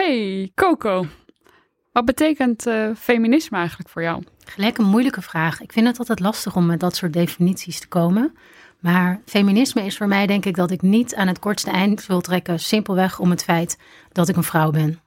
Hey, Coco. Wat betekent feminisme eigenlijk voor jou? Gelijk een moeilijke vraag. Ik vind het altijd lastig om met dat soort definities te komen. Maar feminisme is voor mij denk ik dat ik niet aan het kortste eind wil trekken. Simpelweg om het feit dat ik een vrouw ben.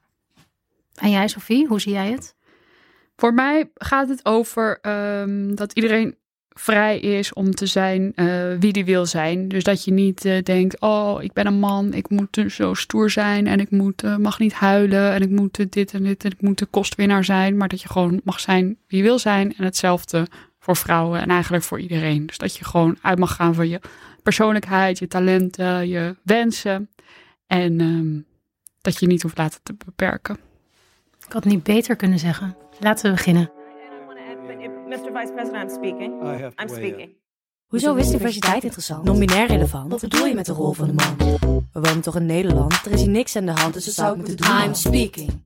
En jij, Sophie, hoe zie jij het? Voor mij gaat het over dat iedereen vrij is om te zijn wie die wil zijn. Dus dat je niet denkt, oh, ik ben een man, ik moet zo stoer zijn en ik mag niet huilen en ik moet dit en dit en ik moet de kostwinnaar zijn. Maar dat je gewoon mag zijn wie je wil zijn en hetzelfde voor vrouwen en eigenlijk voor iedereen. Dus dat je gewoon uit mag gaan van je persoonlijkheid, je talenten, je wensen en dat je niet hoeft laten te beperken. Ik had het niet beter kunnen zeggen. Laten we beginnen. Mr. Vice President, I'm speaking. I'm speaking. Hoezo is diversiteit interessant? Non-binair relevant? Wat bedoel je met de rol van de man? We wonen toch in Nederland? Er is hier niks aan de hand, dus dat zou ik moeten doen. I'm speaking.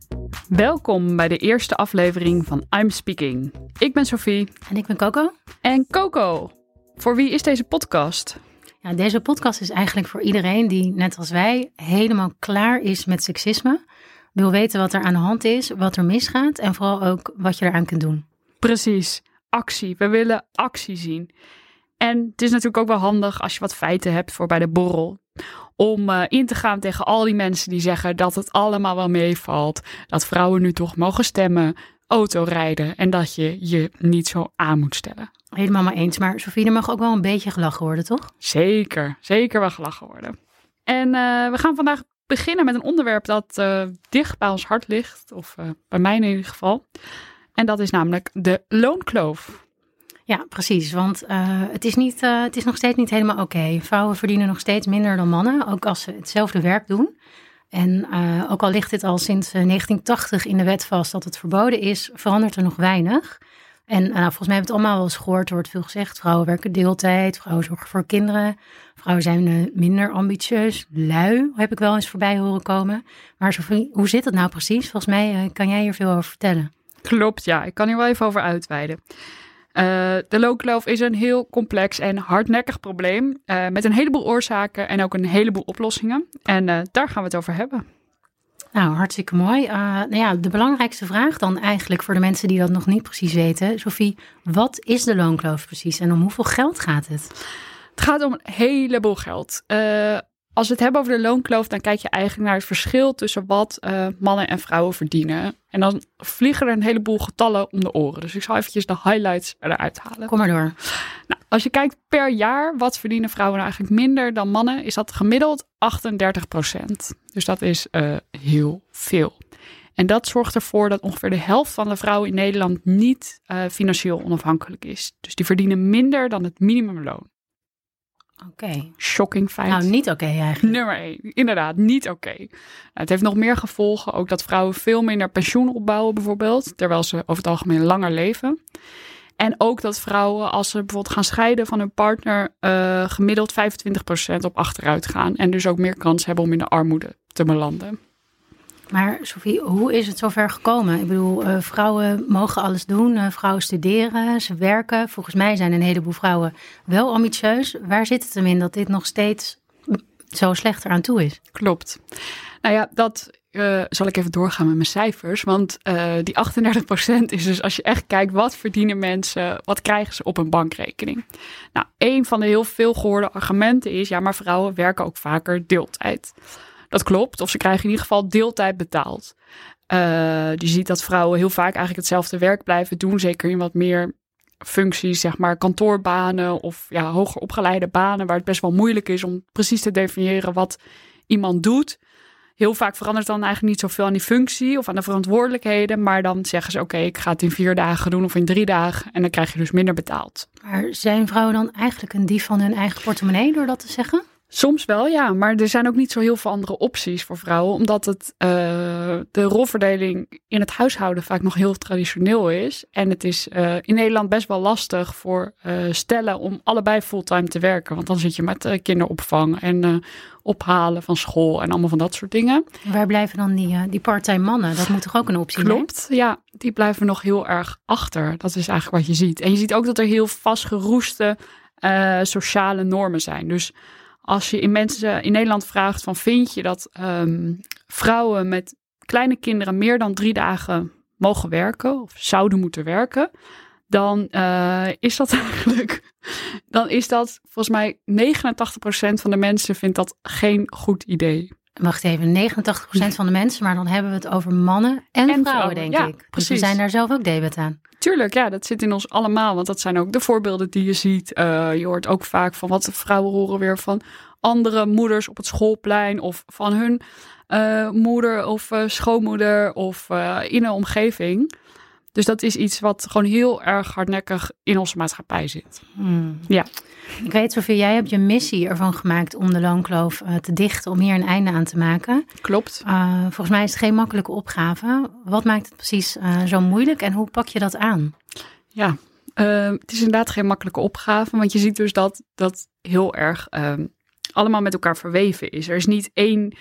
Welkom bij de eerste aflevering van I'm Speaking. Ik ben Sophie. En ik ben Coco. En Coco, voor wie is deze podcast? Ja, deze podcast is eigenlijk voor iedereen die, net als wij, helemaal klaar is met seksisme. Wil weten wat er aan de hand is, wat er misgaat en vooral ook wat je eraan kunt doen. Precies, actie. We willen actie zien. En het is natuurlijk ook wel handig als je wat feiten hebt voor bij de borrel. Om in te gaan tegen al die mensen die zeggen dat het allemaal wel meevalt. Dat vrouwen nu toch mogen stemmen, autorijden en dat je je niet zo aan moet stellen. Helemaal maar eens. Maar Sophie, er mag ook wel een beetje gelachen worden, toch? Zeker, zeker wel gelachen worden. En we gaan vandaag beginnen met een onderwerp dat dicht bij ons hart ligt. Of bij mij in ieder geval. En dat is namelijk de loonkloof. Ja, precies. Want het is nog steeds niet helemaal oké. Vrouwen verdienen nog steeds minder dan mannen, ook als ze hetzelfde werk doen. En ook al ligt dit al sinds 1980 in de wet vast dat het verboden is, verandert er nog weinig. En volgens mij hebben we het allemaal wel eens gehoord, er wordt veel gezegd. Vrouwen werken deeltijd, vrouwen zorgen voor kinderen. Vrouwen zijn minder ambitieus, lui, heb ik wel eens voorbij horen komen. Maar Sophie, hoe zit het nou precies? Volgens mij kan jij hier veel over vertellen. Klopt, ja. Ik kan hier wel even over uitweiden. De loonkloof is een heel complex en hardnekkig probleem met een heleboel oorzaken en ook een heleboel oplossingen. En daar gaan we het over hebben. Nou, hartstikke mooi. De belangrijkste vraag dan eigenlijk voor de mensen die dat nog niet precies weten. Sophie, wat is de loonkloof precies en om hoeveel geld gaat het? Het gaat om een heleboel geld. Als we het hebben over de loonkloof, dan kijk je eigenlijk naar het verschil tussen wat mannen en vrouwen verdienen. En dan vliegen er een heleboel getallen om de oren. Dus ik zal eventjes de highlights eruit halen. Kom maar door. Nou, als je kijkt per jaar, wat verdienen vrouwen nou eigenlijk minder dan mannen, is dat gemiddeld 38%. Dus dat is heel veel. En dat zorgt ervoor dat ongeveer de helft van de vrouwen in Nederland niet financieel onafhankelijk is. Dus die verdienen minder dan het minimumloon. Oké. Shocking feit. Nou, niet oké eigenlijk. Nummer 1, inderdaad, niet oké. Nou, het heeft nog meer gevolgen. Ook dat vrouwen veel minder pensioen opbouwen bijvoorbeeld. Terwijl ze over het algemeen langer leven. En ook dat vrouwen, als ze bijvoorbeeld gaan scheiden van hun partner, gemiddeld 25% op achteruit gaan. En dus ook meer kans hebben om in de armoede te belanden. Maar Sophie, hoe is het zover gekomen? Ik bedoel, vrouwen mogen alles doen. Vrouwen studeren, ze werken. Volgens mij zijn een heleboel vrouwen wel ambitieus. Waar zit het hem in dat dit nog steeds zo slecht eraan toe is? Klopt. Nou ja, dat zal ik even doorgaan met mijn cijfers. Want die 38% is dus als je echt kijkt, wat verdienen mensen, wat krijgen ze op een bankrekening? Nou, een van de heel veel gehoorde argumenten is, ja, maar vrouwen werken ook vaker deeltijd. Dat klopt, of ze krijgen in ieder geval deeltijd betaald. Je ziet dat vrouwen heel vaak eigenlijk hetzelfde werk blijven doen. Zeker in wat meer functies, zeg maar kantoorbanen of ja, hoger opgeleide banen. Waar het best wel moeilijk is om precies te definiëren wat iemand doet. Heel vaak verandert dan eigenlijk niet zoveel aan die functie of aan de verantwoordelijkheden. Maar dan zeggen ze oké, ik ga het in 4 dagen doen of in 3 dagen. En dan krijg je dus minder betaald. Maar zijn vrouwen dan eigenlijk een dief van hun eigen portemonnee door dat te zeggen? Soms wel, ja. Maar er zijn ook niet zo heel veel andere opties voor vrouwen. Omdat de rolverdeling in het huishouden vaak nog heel traditioneel is. En het is in Nederland best wel lastig voor stellen om allebei fulltime te werken. Want dan zit je met kinderopvang en ophalen van school en allemaal van dat soort dingen. Waar blijven dan die part-time mannen? Dat moet toch ook een optie zijn? Klopt, ja. Die blijven nog heel erg achter. Dat is eigenlijk wat je ziet. En je ziet ook dat er heel vastgeroeste sociale normen zijn. Dus als je in mensen in Nederland vraagt van vind je dat vrouwen met kleine kinderen meer dan 3 dagen mogen werken of zouden moeten werken, dan is dat eigenlijk, dan is dat volgens mij 89% van de mensen vindt dat geen goed idee. Wacht even, 89% van de mensen, maar dan hebben we het over mannen en vrouwen, denk ik. Dus precies. we zijn daar zelf ook debet aan. Tuurlijk, ja, dat zit in ons allemaal. Want dat zijn ook de voorbeelden die je ziet. Je hoort ook vaak van wat de vrouwen horen weer van andere moeders op het schoolplein. Of van hun moeder of schoonmoeder of in een omgeving. Dus dat is iets wat gewoon heel erg hardnekkig in onze maatschappij zit. Ja. Ik weet, Sophie, jij hebt je missie ervan gemaakt om de loonkloof te dichten, om hier een einde aan te maken. Klopt. Volgens mij is het geen makkelijke opgave. Wat maakt het precies zo moeilijk en hoe pak je dat aan? Ja, het is inderdaad geen makkelijke opgave, want je ziet dus dat heel erg allemaal met elkaar verweven is. Er is niet één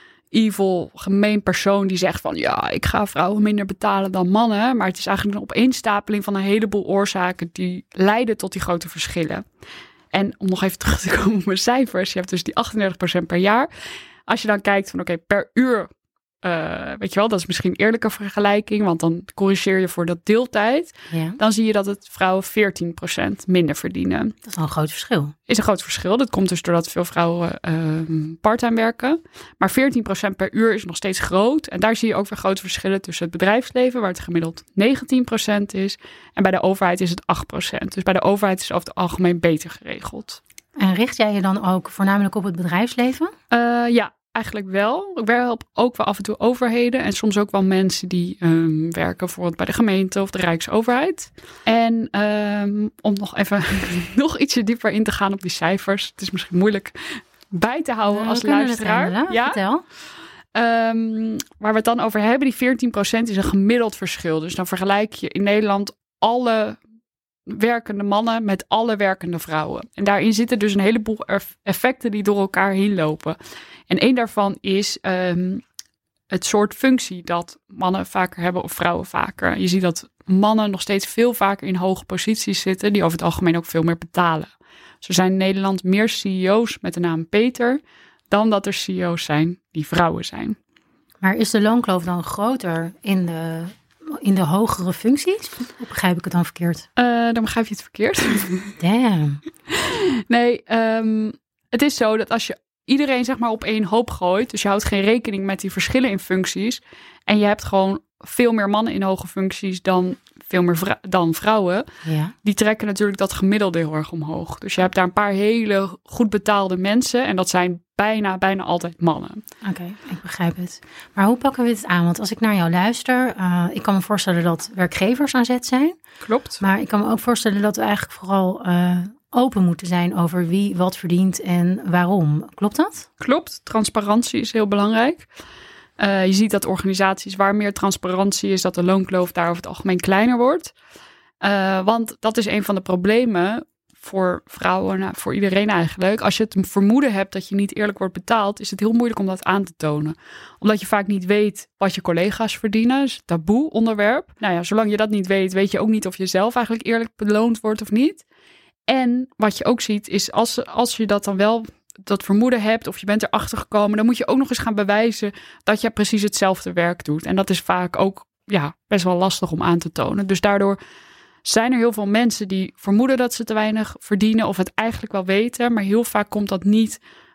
evil, gemeen persoon die zegt van ja, ik ga vrouwen minder betalen dan mannen. Maar het is eigenlijk een opeenstapeling van een heleboel oorzaken die leiden tot die grote verschillen. En om nog even terug te komen op mijn cijfers. Je hebt dus die 38% per jaar. Als je dan kijkt van oké, per uur, weet je wel, dat is misschien een eerlijke vergelijking. Want dan corrigeer je voor dat deeltijd. Ja. Dan zie je dat het vrouwen 14% minder verdienen. Dat is al een groot verschil. Is een groot verschil. Dat komt dus doordat veel vrouwen parttime werken. Maar 14% per uur is nog steeds groot. En daar zie je ook weer grote verschillen tussen het bedrijfsleven, waar het gemiddeld 19% is. En bij de overheid is het 8%. Dus bij de overheid is het over het algemeen beter geregeld. En richt jij je dan ook voornamelijk op het bedrijfsleven? Ja, eigenlijk wel. Ik help ook wel af en toe overheden. En soms ook wel mensen die werken bijvoorbeeld bij de gemeente of de Rijksoverheid. En om nog even nog ietsje dieper in te gaan op die cijfers. Het is misschien moeilijk bij te houden als luisteraar. Ja, vertel. Waar we het dan over hebben, die 14% is een gemiddeld verschil. Dus dan vergelijk je in Nederland alle werkende mannen met alle werkende vrouwen. En daarin zitten dus een heleboel effecten die door elkaar heen lopen. En één daarvan is het soort functie dat mannen vaker hebben of vrouwen vaker. Je ziet dat mannen nog steeds veel vaker in hoge posities zitten, die over het algemeen ook veel meer betalen. Zo zijn in Nederland meer CEO's met de naam Peter dan dat er CEO's zijn die vrouwen zijn. Maar is de loonkloof dan groter in de hogere functies? Of begrijp ik het dan verkeerd? Dan begrijp je het verkeerd. Damn. Nee, het is zo dat als je iedereen zeg maar op één hoop gooit, dus je houdt geen rekening met die verschillen in functies en je hebt gewoon veel meer mannen in hoge functies dan veel meer dan vrouwen, ja. Die trekken natuurlijk dat gemiddelde heel erg omhoog. Dus je hebt daar een paar hele goed betaalde mensen en dat zijn bijna altijd mannen. Oké, ik begrijp het. Maar hoe pakken we dit aan? Want als ik naar jou luister, ik kan me voorstellen dat werkgevers aan zet zijn. Klopt. Maar ik kan me ook voorstellen dat we eigenlijk vooral open moeten zijn over wie wat verdient en waarom. Klopt dat? Klopt. Transparantie is heel belangrijk. Je ziet dat organisaties waar meer transparantie is, dat de loonkloof daar over het algemeen kleiner wordt. Want dat is een van de problemen voor vrouwen, voor iedereen eigenlijk. Als je het vermoeden hebt dat je niet eerlijk wordt betaald, is het heel moeilijk om dat aan te tonen. Omdat je vaak niet weet wat je collega's verdienen. Dat is een taboe onderwerp. Nou ja, zolang je dat niet weet, weet je ook niet of je zelf eigenlijk eerlijk beloond wordt of niet. En wat je ook ziet is als je dat dan wel dat vermoeden hebt of je bent erachter gekomen, dan moet je ook nog eens gaan bewijzen dat je precies hetzelfde werk doet. En dat is vaak ook best wel lastig om aan te tonen. Dus daardoor zijn er heel veel mensen die vermoeden dat ze te weinig verdienen of het eigenlijk wel weten, maar heel vaak komt dat niet,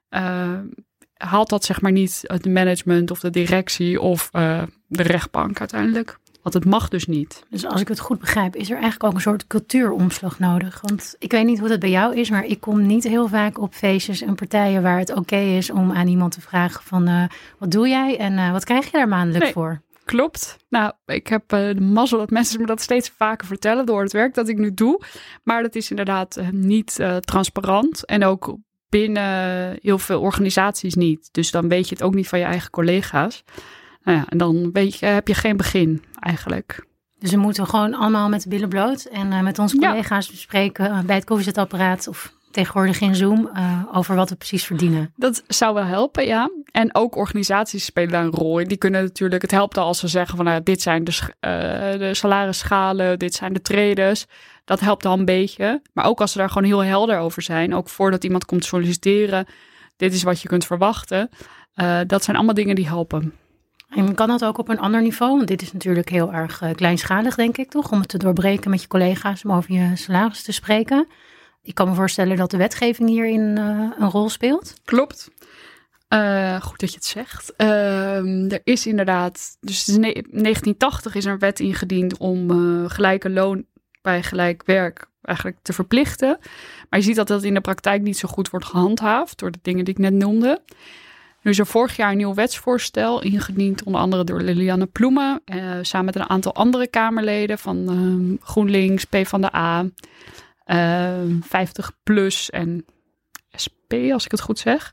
haalt dat zeg maar niet het management of de directie of de rechtbank uiteindelijk. Want het mag dus niet. Dus als ik het goed begrijp, is er eigenlijk ook een soort cultuuromslag nodig. Want ik weet niet hoe dat bij jou is, maar ik kom niet heel vaak op feestjes en partijen waar het oké is om aan iemand te vragen van wat doe jij en wat krijg je daar maandelijks voor? Klopt. Nou, ik heb de mazzel dat mensen me dat steeds vaker vertellen door het werk dat ik nu doe. Maar dat is inderdaad niet transparant en ook binnen heel veel organisaties niet. Dus dan weet je het ook niet van je eigen collega's. Nou ja, en dan heb je geen begin eigenlijk. Dus we moeten gewoon allemaal met de billen bloot en met onze collega's bespreken bij het koffiezetapparaat of tegenwoordig in Zoom over wat we precies verdienen. Dat zou wel helpen, ja. En ook organisaties spelen daar een rol in. Die kunnen natuurlijk, het helpt al als ze zeggen van dit zijn de salarisschalen, dit zijn de trades. Dat helpt al een beetje. Maar ook als ze daar gewoon heel helder over zijn, ook voordat iemand komt solliciteren, dit is wat je kunt verwachten. Dat zijn allemaal dingen die helpen. En kan dat ook op een ander niveau? Want dit is natuurlijk heel erg kleinschalig, denk ik, toch? Om het te doorbreken met je collega's, om over je salaris te spreken. Ik kan me voorstellen dat de wetgeving hierin een rol speelt. Klopt. Goed dat je het zegt. Er is inderdaad, dus in 1980 is er een wet ingediend om gelijke loon bij gelijk werk eigenlijk te verplichten. Maar je ziet dat in de praktijk niet zo goed wordt gehandhaafd door de dingen die ik net noemde. Nu is er vorig jaar een nieuw wetsvoorstel ingediend, onder andere door Lilianne Ploemen, samen met een aantal andere Kamerleden van GroenLinks, PvdA, 50PLUS en SP, als ik het goed zeg.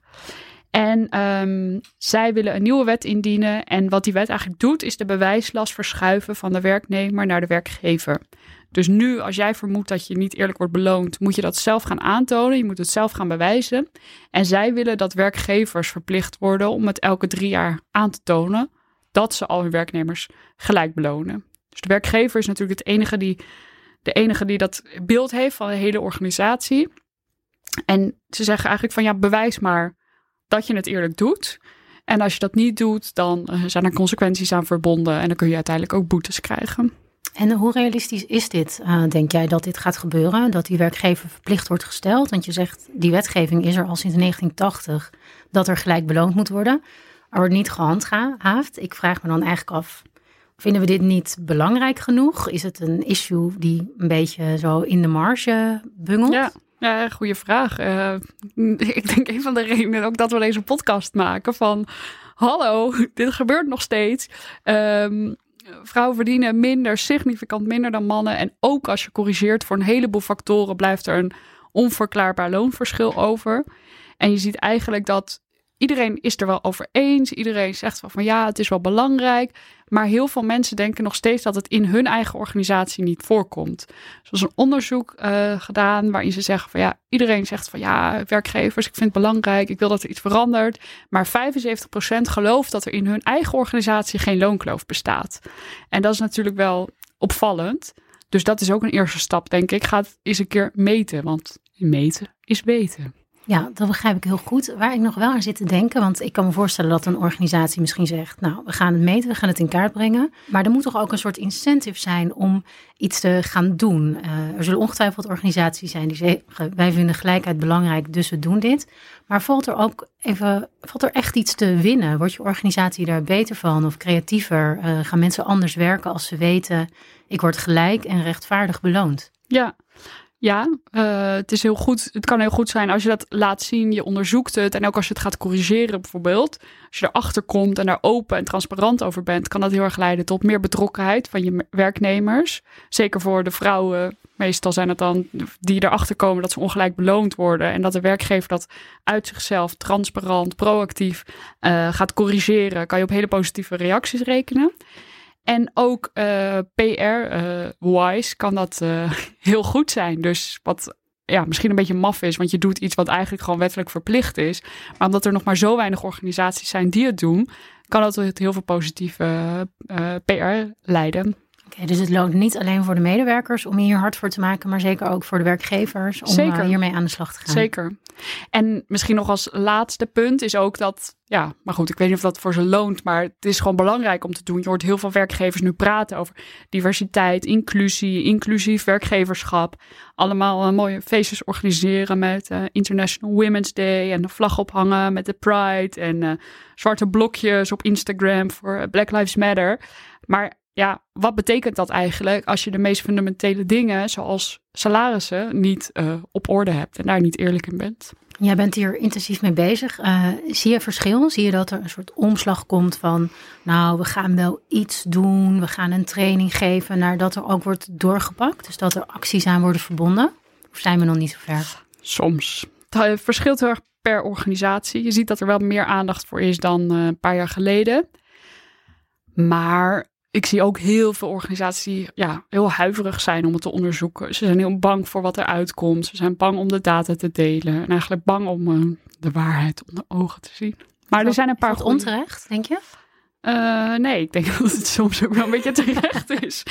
En zij willen een nieuwe wet indienen. En wat die wet eigenlijk doet, is de bewijslast verschuiven van de werknemer naar de werkgever. Dus nu, als jij vermoedt dat je niet eerlijk wordt beloond, moet je dat zelf gaan aantonen. Je moet het zelf gaan bewijzen. En zij willen dat werkgevers verplicht worden om het elke 3 jaar aan te tonen dat ze al hun werknemers gelijk belonen. Dus de werkgever is natuurlijk de enige die dat beeld heeft van de hele organisatie. En ze zeggen eigenlijk van bewijs maar dat je het eerlijk doet. En als je dat niet doet, dan zijn er consequenties aan verbonden. En dan kun je uiteindelijk ook boetes krijgen. En hoe realistisch is dit? Denk jij dat dit gaat gebeuren? Dat die werkgever verplicht wordt gesteld? Want je zegt, die wetgeving is er al sinds 1980 dat er gelijk beloond moet worden. Er wordt niet gehandhaafd. Ik vraag me dan eigenlijk af, vinden we dit niet belangrijk genoeg? Is het een issue die een beetje zo in de marge bungelt? Ja, goede vraag. Ik denk een van de redenen ook dat we deze podcast maken van hallo, dit gebeurt nog steeds. Vrouwen verdienen significant minder dan mannen. En ook als je corrigeert voor een heleboel factoren, blijft er een onverklaarbaar loonverschil over. En je ziet eigenlijk dat iedereen is er wel over eens. Iedereen zegt wel van het is wel belangrijk. Maar heel veel mensen denken nog steeds dat het in hun eigen organisatie niet voorkomt. Er was een onderzoek gedaan waarin ze zeggen van iedereen zegt van werkgevers, ik vind het belangrijk, ik wil dat er iets verandert. Maar 75% gelooft dat er in hun eigen organisatie geen loonkloof bestaat. En dat is natuurlijk wel opvallend. Dus dat is ook een eerste stap, denk ik. Ga het eens een keer meten, want meten is weten. Ja, dat begrijp ik heel goed. Waar ik nog wel aan zit te denken, want ik kan me voorstellen dat een organisatie misschien zegt, we gaan het meten, we gaan het in kaart brengen. Maar er moet toch ook een soort incentive zijn om iets te gaan doen. Er zullen ongetwijfeld organisaties zijn die zeggen, wij vinden gelijkheid belangrijk, dus we doen dit. Maar valt er echt iets te winnen? Wordt je organisatie daar beter van of creatiever? Gaan mensen anders werken als ze weten, ik word gelijk en rechtvaardig beloond? Ja, het is heel goed. Het kan heel goed zijn als je dat laat zien, je onderzoekt het. En ook als je het gaat corrigeren bijvoorbeeld. Als je erachter komt en daar open en transparant over bent, kan dat heel erg leiden tot meer betrokkenheid van je werknemers. Zeker voor de vrouwen. Meestal zijn het dan die erachter komen dat ze ongelijk beloond worden. En dat de werkgever dat uit zichzelf transparant, proactief gaat corrigeren. Kan je op hele positieve reacties rekenen. En ook PR-wise kan dat heel goed zijn. Dus wat misschien een beetje maf is, want je doet iets wat eigenlijk gewoon wettelijk verplicht is. Maar omdat er nog maar zo weinig organisaties zijn die het doen, kan dat tot heel veel positieve PR leiden. Oké, dus het loont niet alleen voor de medewerkers om hier hard voor te maken, maar zeker ook voor de werkgevers om hiermee aan de slag te gaan. Zeker. En misschien nog als laatste punt is ook dat, maar goed, ik weet niet of dat voor ze loont, maar het is gewoon belangrijk om te doen. Je hoort heel veel werkgevers nu praten over diversiteit, inclusie, inclusief werkgeverschap. Allemaal mooie feestjes organiseren met International Women's Day en de vlag ophangen met de Pride en zwarte blokjes op Instagram voor Black Lives Matter. Maar wat betekent dat eigenlijk als je de meest fundamentele dingen, zoals salarissen, niet op orde hebt en daar niet eerlijk in bent? Jij bent hier intensief mee bezig. Zie je verschil? Zie je dat er een soort omslag komt van, we gaan wel iets doen, we gaan een training geven, naar dat er ook wordt doorgepakt? Dus dat er acties aan worden verbonden? Of zijn we nog niet zo ver? Soms. Het verschilt heel erg per organisatie. Je ziet dat er wel meer aandacht voor is dan een paar jaar geleden. Maar ik zie ook heel veel organisaties die heel huiverig zijn om het te onderzoeken. Ze zijn heel bang voor wat er uitkomt. Ze zijn bang om de data te delen. En eigenlijk bang om de waarheid onder ogen te zien. Maar er zijn een paar onterecht, denk je? Nee, ik denk dat het soms ook wel een beetje terecht is.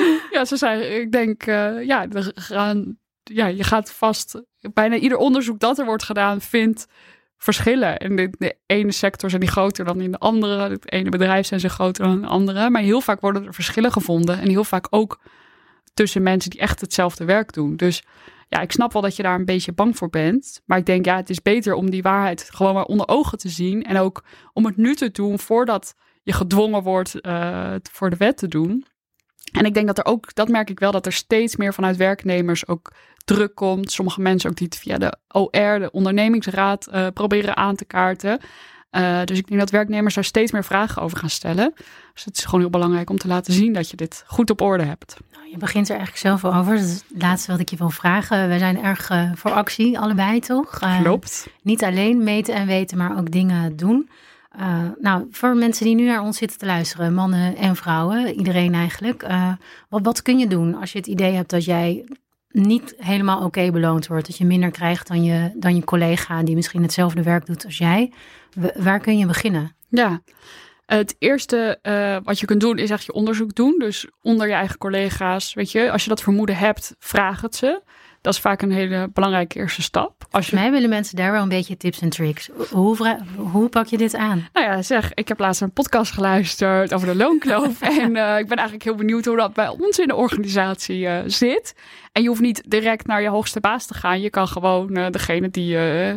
Ik denk, je gaat vast, bijna ieder onderzoek dat er wordt gedaan vindt verschillen. En de ene sector zijn die groter dan in de andere. Het ene bedrijf zijn ze groter dan in de andere. Maar heel vaak worden er verschillen gevonden. En heel vaak ook tussen mensen die echt hetzelfde werk doen. Dus ja, ik snap wel dat je daar een beetje bang voor bent. Maar ik denk, het is beter om die waarheid gewoon maar onder ogen te zien. En ook om het nu te doen voordat je gedwongen wordt voor de wet te doen. En ik denk dat merk ik wel, dat er steeds meer vanuit werknemers ook druk komt. Sommige mensen ook die het via de OR, de ondernemingsraad, proberen aan te kaarten. Dus ik denk dat werknemers daar steeds meer vragen over gaan stellen. Dus het is gewoon heel belangrijk om te laten zien dat je dit goed op orde hebt. Nou, je begint er eigenlijk zelf al over. Dat is het laatste wat ik je wil vragen. Wij zijn erg voor actie, allebei toch? Klopt. Niet alleen meten en weten, maar ook dingen doen. Voor mensen die nu naar ons zitten te luisteren, mannen en vrouwen, iedereen eigenlijk. Wat kun je doen als je het idee hebt dat jij niet helemaal oké beloond wordt? Dat je minder krijgt dan je collega die misschien hetzelfde werk doet als jij. Waar kun je beginnen? Ja, het eerste wat je kunt doen is echt je onderzoek doen. Dus onder je eigen collega's, weet je, als je dat vermoeden hebt, vraag het ze. Dat is vaak een hele belangrijke eerste stap. Volgens mij willen mensen daar wel een beetje tips en tricks. Hoe pak je dit aan? Nou ja, ik heb laatst een podcast geluisterd over de loonkloof. En ik ben eigenlijk heel benieuwd hoe dat bij ons in de organisatie zit. En je hoeft niet direct naar je hoogste baas te gaan. Je kan gewoon degene die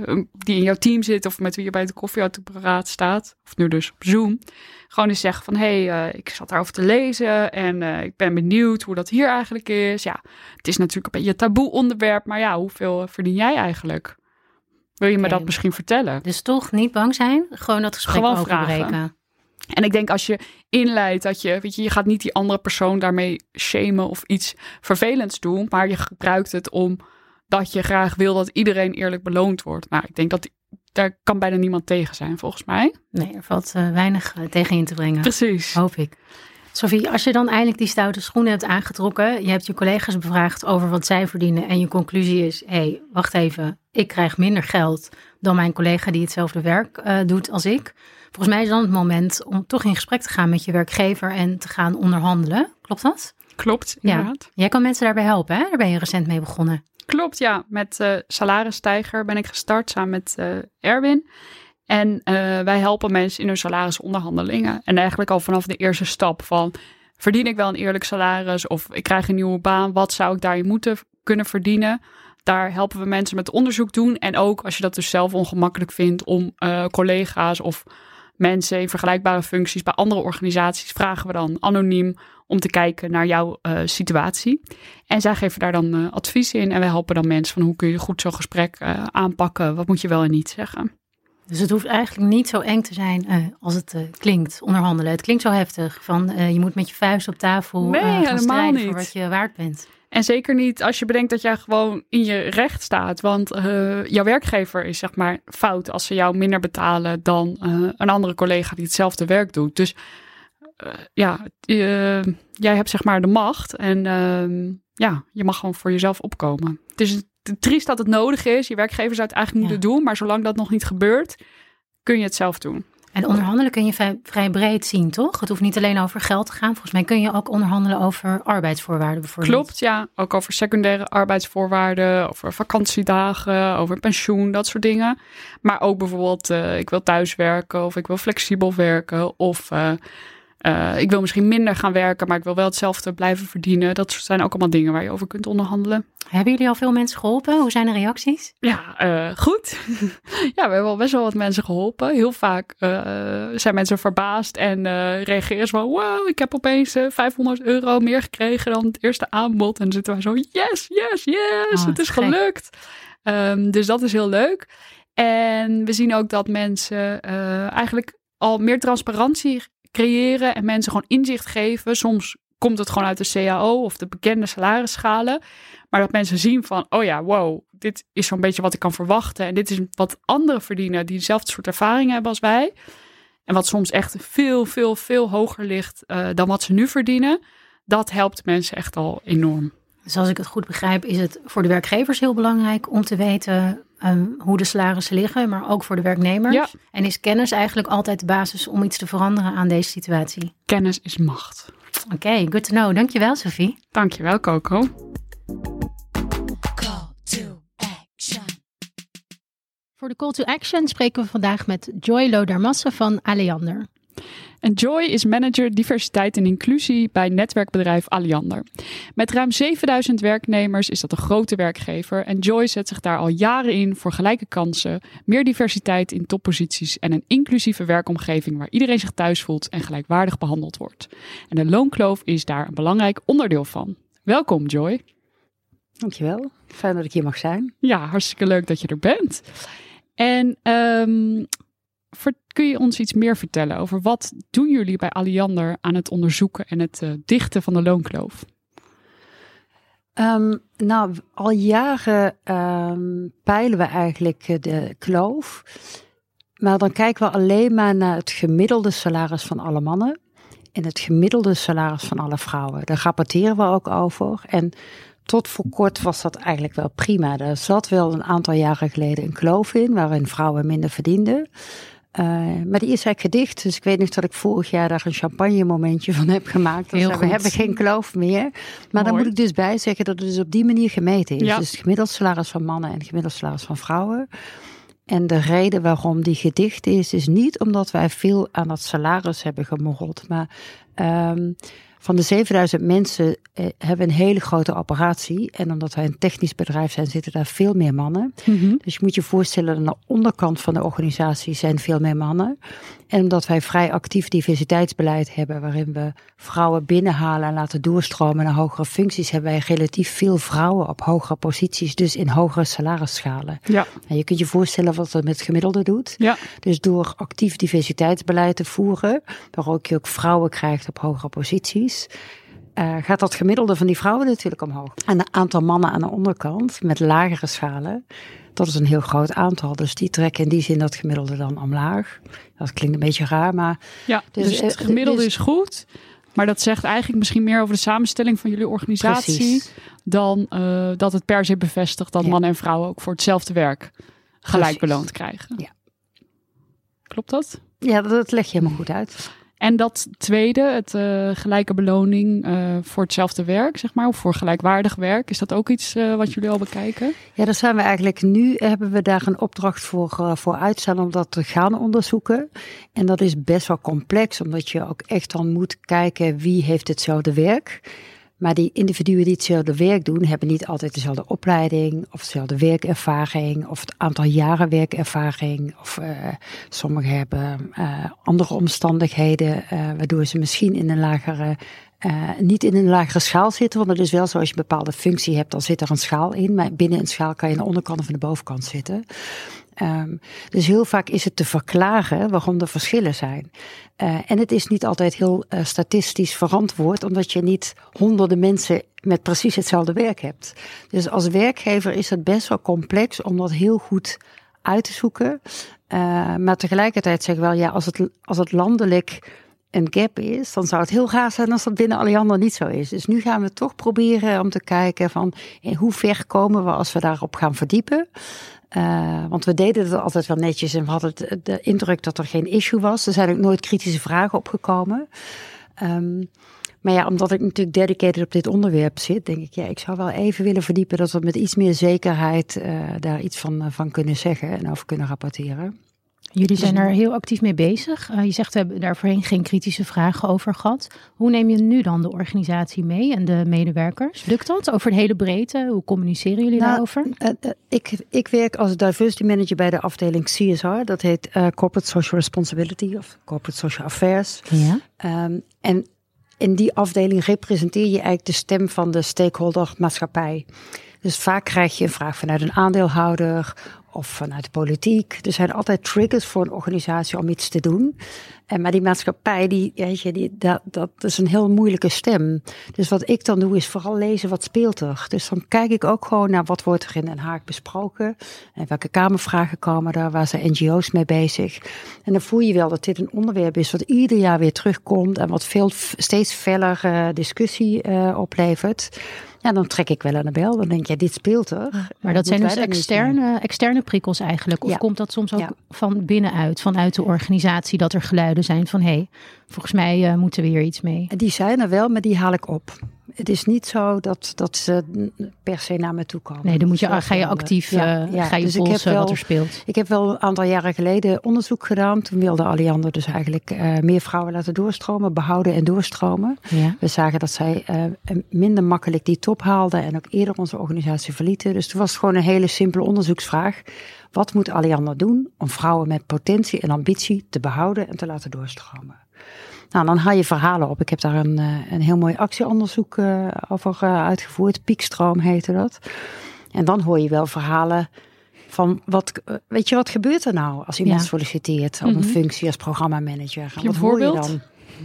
in jouw team zit of met wie je bij de koffieapparaat staat, of nu dus op Zoom, gewoon eens zeggen van ik zat daarover te lezen en ik ben benieuwd hoe dat hier eigenlijk is. Ja, het is natuurlijk een beetje een taboe onderwerp, maar ja, hoeveel verdien jij eigenlijk? Wil je me dat misschien vertellen? Dus toch niet bang zijn, gewoon dat gesprek openbreken. Vragen. En ik denk als je inleidt dat je gaat niet die andere persoon daarmee shamen of iets vervelends doen, maar je gebruikt het omdat je graag wil dat iedereen eerlijk beloond wordt. Nou, ik denk dat daar kan bijna niemand tegen zijn, volgens mij. Nee, er valt weinig tegen in te brengen. Precies. Hoop ik. Sophie, als je dan eindelijk die stoute schoenen hebt aangetrokken, je hebt je collega's bevraagd over wat zij verdienen en je conclusie is, wacht even, ik krijg minder geld dan mijn collega die hetzelfde werk doet als ik. Volgens mij is dan het moment om toch in gesprek te gaan met je werkgever en te gaan onderhandelen. Klopt dat? Klopt, inderdaad. Ja. Jij kan mensen daarbij helpen, hè? Daar ben je recent mee begonnen. Klopt, ja. Met Salarisstijger ben ik gestart samen met Erwin. En wij helpen mensen in hun salarisonderhandelingen. En eigenlijk al vanaf de eerste stap van, verdien ik wel een eerlijk salaris of ik krijg een nieuwe baan, wat zou ik daarin moeten kunnen verdienen? Daar helpen we mensen met onderzoek doen. En ook als je dat dus zelf ongemakkelijk vindt om collega's of mensen in vergelijkbare functies bij andere organisaties, vragen we dan anoniem om te kijken naar jouw situatie. En zij geven daar dan advies in. En wij helpen dan mensen van hoe kun je goed zo'n gesprek aanpakken? Wat moet je wel en niet zeggen? Dus het hoeft eigenlijk niet zo eng te zijn als het klinkt, onderhandelen. Het klinkt zo heftig, van je moet met je vuist op tafel gaan strijden voor wat je waard bent. En zeker niet als je bedenkt dat jij gewoon in je recht staat. Want jouw werkgever is zeg maar fout als ze jou minder betalen dan een andere collega die hetzelfde werk doet. Dus jij hebt zeg maar de macht en je mag gewoon voor jezelf opkomen. Het is triest dat het nodig is. Je werkgever zou het eigenlijk moeten doen, maar zolang dat nog niet gebeurt, kun je het zelf doen. En onderhandelen kun je vrij breed zien, toch? Het hoeft niet alleen over geld te gaan. Volgens mij kun je ook onderhandelen over arbeidsvoorwaarden bijvoorbeeld. Klopt, ja. Ook over secundaire arbeidsvoorwaarden, over vakantiedagen, over pensioen, dat soort dingen. Maar ook bijvoorbeeld, ik wil thuiswerken of ik wil flexibel werken of ik wil misschien minder gaan werken, maar ik wil wel hetzelfde blijven verdienen. Dat zijn ook allemaal dingen waar je over kunt onderhandelen. Hebben jullie al veel mensen geholpen? Hoe zijn de reacties? Ja, goed. Ja, we hebben al best wel wat mensen geholpen. Heel vaak zijn mensen verbaasd en reageren ze van, wow, ik heb opeens €500 meer gekregen dan het eerste aanbod. En dan zitten we zo, yes, het is gelukt. Dus dat is heel leuk. En we zien ook dat mensen eigenlijk al meer transparantie creëren en mensen gewoon inzicht geven. Soms komt het gewoon uit de CAO of de bekende salarisschalen. Maar dat mensen zien van, oh ja, wow, dit is zo'n beetje wat ik kan verwachten. En dit is wat anderen verdienen die dezelfde soort ervaring hebben als wij. En wat soms echt veel, veel, veel hoger ligt dan wat ze nu verdienen. Dat helpt mensen echt al enorm. Dus als ik het goed begrijp, is het voor de werkgevers heel belangrijk om te weten hoe de salarissen liggen, maar ook voor de werknemers. Ja. En is kennis eigenlijk altijd de basis om iets te veranderen aan deze situatie? Kennis is macht. Oké, good to know. Dankjewel, Sophie. Dankjewel, Coco. Call to action. Voor de Call to Action spreken we vandaag met Joy Lodarmasse van Alliander. En Joy is manager diversiteit en inclusie bij netwerkbedrijf Alliander. Met ruim 7000 werknemers is dat een grote werkgever. En Joy zet zich daar al jaren in voor gelijke kansen, meer diversiteit in topposities en een inclusieve werkomgeving waar iedereen zich thuis voelt en gelijkwaardig behandeld wordt. En de loonkloof is daar een belangrijk onderdeel van. Welkom Joy. Dankjewel. Fijn dat ik hier mag zijn. Ja, hartstikke leuk dat je er bent. En kun je ons iets meer vertellen over wat doen jullie bij Alliander aan het onderzoeken en het dichten van de loonkloof? Al jaren peilen we eigenlijk de kloof. Maar dan kijken we alleen maar naar het gemiddelde salaris van alle mannen en het gemiddelde salaris van alle vrouwen. Daar rapporteren we ook over. En tot voor kort was dat eigenlijk wel prima. Er zat wel een aantal jaren geleden een kloof in waarin vrouwen minder verdienden. Maar die is eigenlijk gedicht. Dus ik weet nog dat ik vorig jaar daar een champagne momentje van heb gemaakt. Dus we hebben geen kloof meer. Maar daar moet ik dus bij zeggen dat het dus op die manier gemeten is. Ja. Dus het gemiddeld salaris van mannen en het gemiddeld salaris van vrouwen. En de reden waarom die gedicht is niet omdat wij veel aan dat salaris hebben gemorreld. Maar van de 7000 mensen hebben we een hele grote operatie. En omdat wij een technisch bedrijf zijn, zitten daar veel meer mannen. Mm-hmm. Dus je moet je voorstellen, aan de onderkant van de organisatie zijn veel meer mannen. En omdat wij vrij actief diversiteitsbeleid hebben, waarin we vrouwen binnenhalen en laten doorstromen naar hogere functies, hebben wij relatief veel vrouwen op hogere posities, dus in hogere salarisschalen. Ja. En je kunt je voorstellen wat dat met het gemiddelde doet. Ja. Dus door actief diversiteitsbeleid te voeren, waar je ook vrouwen krijgt op hogere posities, gaat dat gemiddelde van die vrouwen natuurlijk omhoog. En een aantal mannen aan de onderkant met lagere schalen, dat is een heel groot aantal. Dus die trekken in die zin dat gemiddelde dan omlaag. Dat klinkt een beetje raar, maar... Ja, dus het gemiddelde is goed. Maar dat zegt eigenlijk misschien meer over de samenstelling van jullie organisatie. Precies. Dan dat het per se bevestigt dat mannen en vrouwen ook voor hetzelfde werk gelijk beloond krijgen. Ja. Klopt dat? Ja, dat leg je helemaal goed uit. En dat tweede, het gelijke beloning voor hetzelfde werk, zeg maar, of voor gelijkwaardig werk. Is dat ook iets wat jullie al bekijken? Ja, daar zijn we eigenlijk hebben we daar een opdracht voor uitstaan om dat te gaan onderzoeken. En dat is best wel complex, omdat je ook echt dan moet kijken wie heeft hetzelfde werk. Maar die individuen die hetzelfde werk doen, hebben niet altijd dezelfde opleiding of dezelfde werkervaring of het aantal jaren werkervaring. Of sommigen hebben andere omstandigheden, waardoor ze misschien in een niet in een lagere schaal zitten. Want het is wel zo, als je een bepaalde functie hebt, dan zit er een schaal in. Maar binnen een schaal kan je aan de onderkant of aan de bovenkant zitten. Dus heel vaak is het te verklaren waarom er verschillen zijn. En het is niet altijd heel statistisch verantwoord, omdat je niet honderden mensen met precies hetzelfde werk hebt. Dus als werkgever is het best wel complex om dat heel goed uit te zoeken. Maar tegelijkertijd zeg ik wel, ja, als het landelijk een gap is, dan zou het heel gaaf zijn als dat binnen Alliander niet zo is. Dus nu gaan we toch proberen om te kijken van in hoe ver komen we als we daarop gaan verdiepen. Want we deden het altijd wel netjes en we hadden de indruk dat er geen issue was. Er zijn ook nooit kritische vragen opgekomen. Maar ja, omdat ik natuurlijk dedicated op dit onderwerp zit, denk ik, ja, ik zou wel even willen verdiepen dat we met iets meer zekerheid daar iets van kunnen zeggen en over kunnen rapporteren. Jullie zijn er heel actief mee bezig. Je zegt, we hebben daar voorheen geen kritische vragen over gehad. Hoe neem je nu dan de organisatie mee en de medewerkers? Lukt dat over de hele breedte? Hoe communiceren jullie daarover? Ik werk als diversity manager bij de afdeling CSR. Dat heet Corporate Social Responsibility of Corporate Social Affairs. Ja. En in die afdeling representeer je eigenlijk de stem van de stakeholder maatschappij. Dus vaak krijg je een vraag vanuit een aandeelhouder of vanuit de politiek. Er zijn altijd triggers voor een organisatie om iets te doen. Maar die maatschappij, dat is een heel moeilijke stem. Dus wat ik dan doe is vooral lezen wat speelt er. Dus dan kijk ik ook gewoon naar wat wordt er in Den Haag besproken. En welke kamervragen komen daar, waar zijn NGO's mee bezig. En dan voel je wel dat dit een onderwerp is wat ieder jaar weer terugkomt. En wat steeds feller discussie oplevert. Ja, dan trek ik wel aan de bel. Dan denk je, dit speelt er. Maar dat zijn dus externe prikkels eigenlijk? Of komt dat soms ook van binnenuit, vanuit de organisatie, dat er geluiden zijn van, volgens mij moeten we hier iets mee? Die zijn er wel, maar die haal ik op. Het is niet zo dat ze per se naar me toe komen. Nee, dan ga je actief ga je dus polsen wat er speelt. Ik heb wel een aantal jaren geleden onderzoek gedaan. Toen wilde Alliander dus eigenlijk meer vrouwen laten doorstromen, behouden en doorstromen. Ja. We zagen dat zij minder makkelijk die top haalden en ook eerder onze organisatie verlieten. Dus toen was het gewoon een hele simpele onderzoeksvraag. Wat moet Alliander doen om vrouwen met potentie en ambitie te behouden en te laten doorstromen? Nou, dan haal je verhalen op. Ik heb daar een heel mooi actieonderzoek over uitgevoerd. Piekstroom heette dat. En dan hoor je wel verhalen van, weet je, wat gebeurt er nou als iemand solliciteert op een functie als programmamanager? Wat hoor je dan?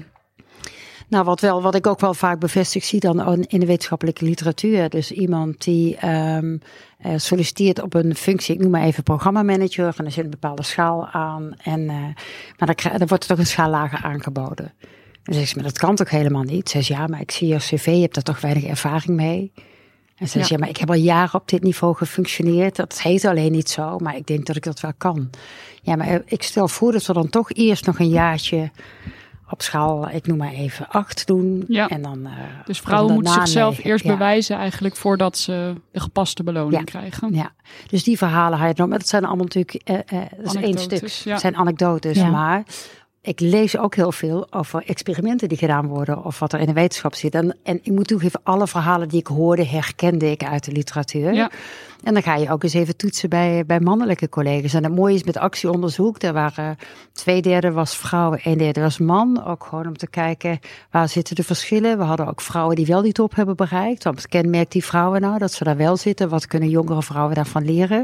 Nou, wat ik ook wel vaak bevestigd zie dan in de wetenschappelijke literatuur. Dus iemand die solliciteert op een functie, ik noem maar even programmamanager. En er zit een bepaalde schaal aan. Maar dan wordt er toch een schaal lager aangeboden. Dan zeg ik, maar dat kan toch helemaal niet? Ze zegt, ja, maar ik zie je cv, je hebt daar toch weinig ervaring mee. En ze zegt, ja, maar ik heb al jaren op dit niveau gefunctioneerd. Dat heet alleen niet zo, maar ik denk dat ik dat wel kan. Ja, maar ik stel voor dat we dan toch eerst nog een jaartje op schaal, ik noem maar even 8 doen. Ja. En dan, dus vrouwen moeten zichzelf eerst bewijzen eigenlijk voordat ze de gepaste beloning krijgen. Ja, dus die verhalen haal je dan. Maar dat zijn allemaal natuurlijk, dat is één stuk. Het zijn anekdotes, maar ik lees ook heel veel over experimenten die gedaan worden of wat er in de wetenschap zit. En ik moet toegeven, alle verhalen die ik hoorde herkende ik uit de literatuur. Ja. En dan ga je ook eens even toetsen bij mannelijke collega's. En het mooie is met actieonderzoek, daar waren 2/3 was vrouwen, 1/3 was man. Ook gewoon om te kijken, waar zitten de verschillen? We hadden ook vrouwen die wel die top hebben bereikt. Wat kenmerkt die vrouwen nou, dat ze daar wel zitten? Wat kunnen jongere vrouwen daarvan leren?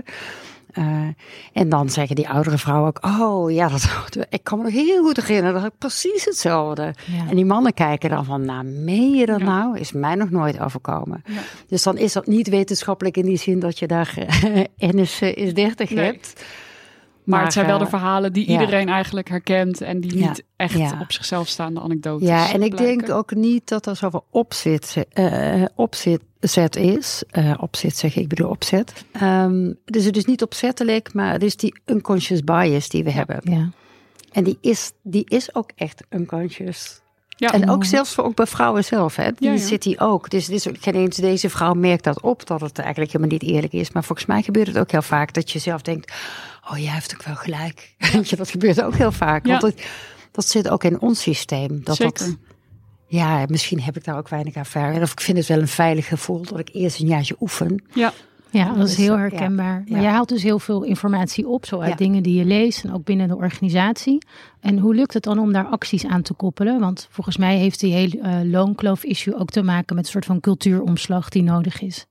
En dan zeggen die oudere vrouwen ook, oh ja, ik kan me nog heel goed herinneren, dat had ik precies hetzelfde. Ja. En die mannen kijken dan van, nou, meen je dat nou? Is mij nog nooit overkomen. Ja. Dus dan is dat niet wetenschappelijk in die zin dat je daar NS is 30 hebt. Maar het zijn wel de verhalen die iedereen eigenlijk herkent en die niet echt op zichzelf staande anekdotes. Ja, en ik denk ook niet dat er zoveel opzet is. Opzet zeg ik bedoel opzet. Dus het is niet opzettelijk, maar het is die unconscious bias die we hebben. Ja. En die is ook echt unconscious. Ja. En ook zelfs ook bij vrouwen zelf, hè. Die zit die ook. Dus het is ook geen eens deze vrouw merkt dat op, dat het eigenlijk helemaal niet eerlijk is. Maar volgens mij gebeurt het ook heel vaak dat je zelf denkt, oh, jij heeft ook wel gelijk. Dat gebeurt ook heel vaak. Ja. Want dat zit ook in ons systeem. Zeker. Ja, misschien heb ik daar ook weinig ervaring. Of ik vind het wel een veilig gevoel dat ik eerst een jaartje oefen. Ja, dat is heel herkenbaar. Maar jij haalt dus heel veel informatie op, zo uit dingen die je leest en ook binnen de organisatie. En hoe lukt het dan om daar acties aan te koppelen? Want volgens mij heeft die hele loonkloof-issue ook te maken met een soort van cultuuromslag die nodig is.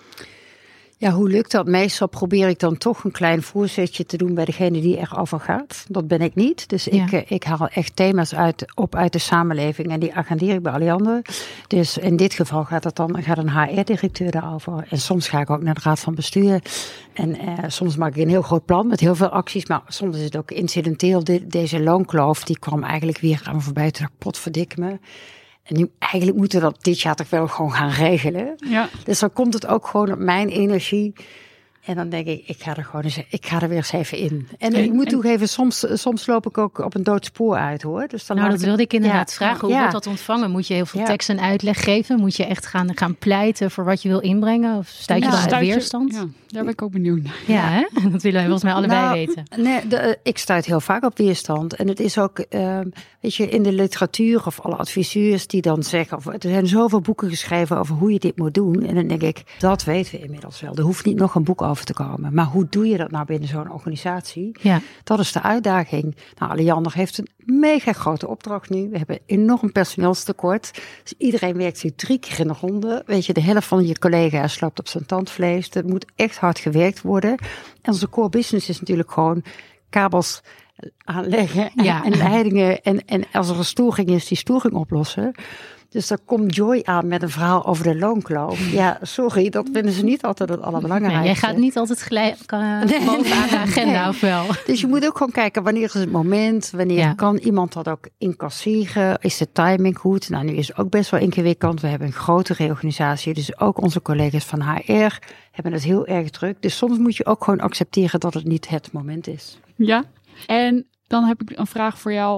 Ja, hoe lukt dat? Meestal probeer ik dan toch een klein voorzetje te doen bij degene die erover gaat. Dat ben ik niet. Dus ik haal echt thema's uit de samenleving en die agendeer ik bij Alliander. Dus in dit geval gaat een HR-directeur daarover. En soms ga ik ook naar de raad van bestuur. En soms maak ik een heel groot plan met heel veel acties. Maar soms is het ook incidenteel. Deze loonkloof, die kwam eigenlijk weer aan me voorbij. Toen dacht ik, potverdikke me. En nu, eigenlijk moeten we dat dit jaar toch wel gewoon gaan regelen. Ja. Dus dan komt het ook gewoon op mijn energie. En dan denk ik, ik ga er weer eens even in. En ik moet toegeven, soms loop ik ook op een dood spoor uit, hoor. Dus dan dat wilde ik inderdaad vragen. Hoe wordt dat ontvangen? Moet je heel veel tekst en uitleg geven? Moet je echt gaan pleiten voor wat je wil inbrengen? Of stuit je dan uit weerstand? Ja, daar ben ik ook benieuwd naar. Ja, hè? Dat willen we volgens mij allebei weten. Nee, ik stuit heel vaak op weerstand. En het is ook, weet je, in de literatuur of alle adviseurs die dan zeggen, er zijn zoveel boeken geschreven over hoe je dit moet doen. En dan denk ik, dat weten we inmiddels wel. Er hoeft niet nog een boek over te komen. Maar hoe doe je dat nou binnen zo'n organisatie? Ja. Dat is de uitdaging. Nou, Alliander heeft een mega grote opdracht nu. We hebben enorm personeelstekort. Dus iedereen werkt nu 3 keer in de ronde. Weet je, de helft van je collega's loopt op zijn tandvlees. Er moet echt hard gewerkt worden. En onze core business is natuurlijk gewoon kabels aanleggen en leidingen. En als er een storing is, die storing oplossen. Dus daar komt Joy aan met een verhaal over de loonkloof. Ja, sorry, dat vinden ze niet altijd het allerbelangrijkste. Nee, jij gaat niet altijd gelijk bovenaan de agenda, of wel? Dus je moet ook gewoon kijken, wanneer is het moment? Wanneer kan iemand dat ook incasseren? Is de timing goed? Nou, nu is het ook best wel ingewikkeld. We hebben een grote reorganisatie. Dus ook onze collega's van HR hebben het heel erg druk. Dus soms moet je ook gewoon accepteren dat het niet het moment is. Ja, en dan heb ik een vraag voor jou.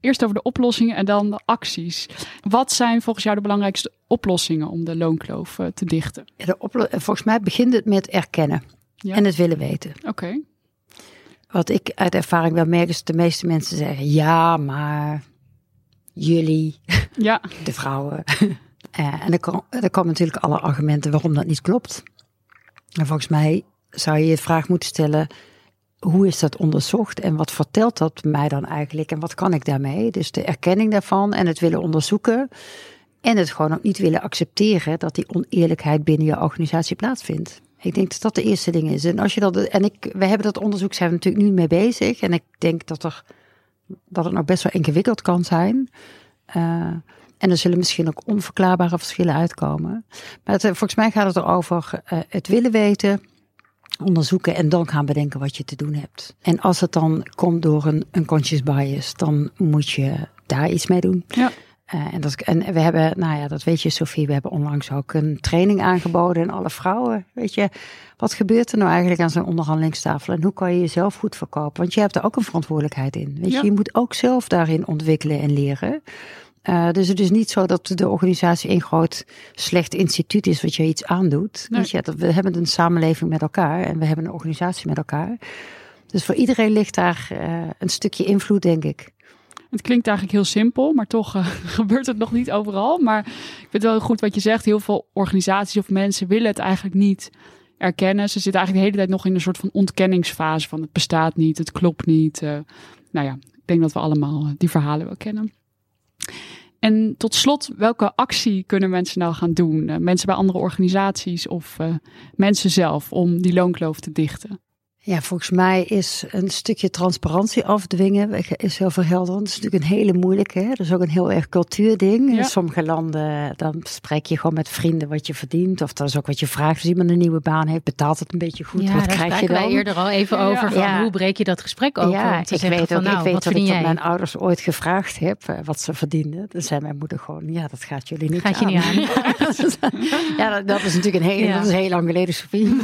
eerst over de oplossingen en dan de acties. Wat zijn volgens jou de belangrijkste oplossingen om de loonkloof te dichten? Volgens mij begint het met erkennen en het willen weten. Oké. Wat ik uit ervaring wel merk is dat de meeste mensen zeggen, ja, maar jullie, de vrouwen. En er komen natuurlijk alle argumenten waarom dat niet klopt. En volgens mij zou je de vraag moeten stellen, hoe is dat onderzocht en wat vertelt dat mij dan eigenlijk en wat kan ik daarmee? Dus de erkenning daarvan en het willen onderzoeken en het gewoon ook niet willen accepteren dat die oneerlijkheid binnen je organisatie plaatsvindt. Ik denk dat dat de eerste ding is. En als je we hebben dat onderzoek, zijn we natuurlijk nu mee bezig en ik denk dat het nog best wel ingewikkeld kan zijn. En er zullen misschien ook onverklaarbare verschillen uitkomen. Maar volgens mij gaat het erover het willen weten, onderzoeken en dan gaan bedenken wat je te doen hebt. En als het dan komt door een unconscious bias, dan moet je daar iets mee doen. Ja. En we hebben, dat weet je Sophie, we hebben onlangs ook een training aangeboden aan alle vrouwen. Weet je, wat gebeurt er nou eigenlijk aan zo'n onderhandelingstafel en hoe kan je jezelf goed verkopen? Want je hebt er ook een verantwoordelijkheid in. Weet je, je moet ook zelf daarin ontwikkelen en leren. Dus het is niet zo dat de organisatie een groot slecht instituut is wat je iets aandoet. Nee. We hebben een samenleving met elkaar en we hebben een organisatie met elkaar. Dus voor iedereen ligt daar een stukje invloed, denk ik. Het klinkt eigenlijk heel simpel, maar toch gebeurt het nog niet overal. Maar ik vind het wel goed wat je zegt. Heel veel organisaties of mensen willen het eigenlijk niet erkennen. Ze zitten eigenlijk de hele tijd nog in een soort van ontkenningsfase van het bestaat niet, het klopt niet. Ik denk dat we allemaal die verhalen wel kennen. En tot slot, welke actie kunnen mensen nou gaan doen? Mensen bij andere organisaties of mensen zelf om die loonkloof te dichten? Ja, volgens mij is een stukje transparantie afdwingen is heel verhelderend. Dat is natuurlijk een hele moeilijke. Hè? Dat is ook een heel erg cultuurding. Ja. In sommige landen dan spreek je gewoon met vrienden wat je verdient. Of dat is ook wat je vraagt. Als iemand een nieuwe baan heeft, betaalt het een beetje goed. Ja, wat daar krijg je dan? wij eerder al even over. Van hoe breek je dat gesprek open? Ja, ik weet dat ik jij? mijn ouders ooit gevraagd heb wat ze verdienden. Dan zei mijn moeder gewoon, dat gaat jullie niet gaat aan. Je niet aan. Ja, dat is natuurlijk dat is heel lang geleden, Sophie.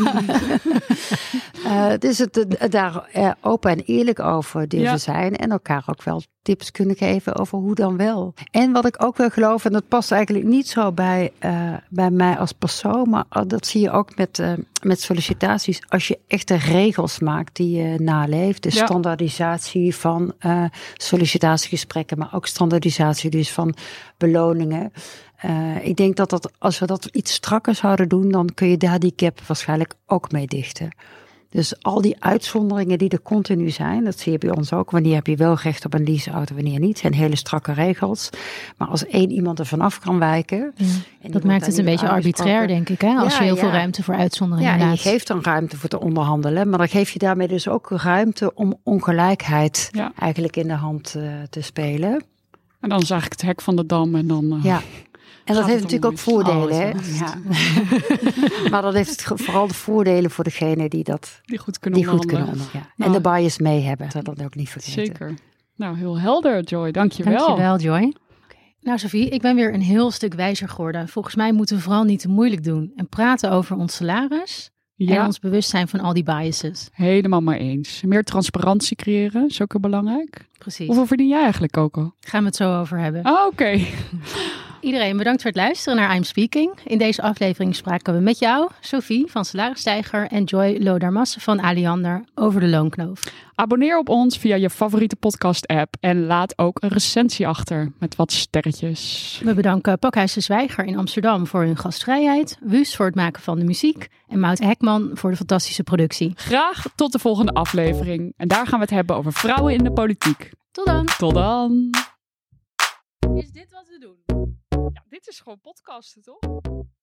Dus het daar open en eerlijk over durven zijn. En elkaar ook wel tips kunnen geven over hoe dan wel. En wat ik ook wel geloof, en dat past eigenlijk niet zo bij mij als persoon. Maar dat zie je ook met sollicitaties. Als je echte regels maakt die je naleeft. De standaardisatie van sollicitatiegesprekken. Maar ook standaardisatie dus van beloningen. Ik denk dat als we dat iets strakker zouden doen, dan kun je daar die gap waarschijnlijk ook mee dichten. Dus al die uitzonderingen die er continu zijn, dat zie je bij ons ook. Wanneer heb je wel recht op een leaseauto, wanneer niet. Het zijn hele strakke regels. Maar als één iemand er vanaf kan wijken. Dat maakt het een beetje arbitrair, denk ik. Hè? Als je heel veel ruimte voor uitzonderingen laat. Ja, en je geeft dan ruimte voor te onderhandelen. Maar dan geef je daarmee dus ook ruimte om ongelijkheid eigenlijk in de hand te spelen. En dan is eigenlijk het hek van de dam en dan... En dat heeft natuurlijk ook voordelen. Hè? Ja. Maar dat heeft vooral de voordelen voor degene die goed kunnen onderhandelen. En de bias mee hebben. Dat dat ook niet vergeten. Zeker. Nou, heel helder, Joy. Dankjewel. Dankjewel, Joy. Nou, Sophie, ik ben weer een heel stuk wijzer geworden. Volgens mij moeten we vooral niet te moeilijk doen. En praten over ons salaris. En ons bewustzijn van al die biases. Helemaal maar eens. Meer transparantie creëren is ook heel belangrijk. Precies. Hoeveel verdien jij eigenlijk, Coco? Gaan we het zo over hebben. Oké. Iedereen bedankt voor het luisteren naar I'm Speaking. In deze aflevering spraken we met jou, Sophie van Salarisstijger en Joy Lodarmasse van Aliander over de loonkloof. Abonneer op ons via je favoriete podcast-app en laat ook een recensie achter met wat sterretjes. We bedanken Pakhuis de Zwijger in Amsterdam voor hun gastvrijheid, Wuus voor het maken van de muziek en Maud Hekman voor de fantastische productie. Graag tot de volgende aflevering. En daar gaan we het hebben over vrouwen in de politiek. Tot dan. Tot dan. Is dit wat we doen? Ja, dit is gewoon podcasten, toch?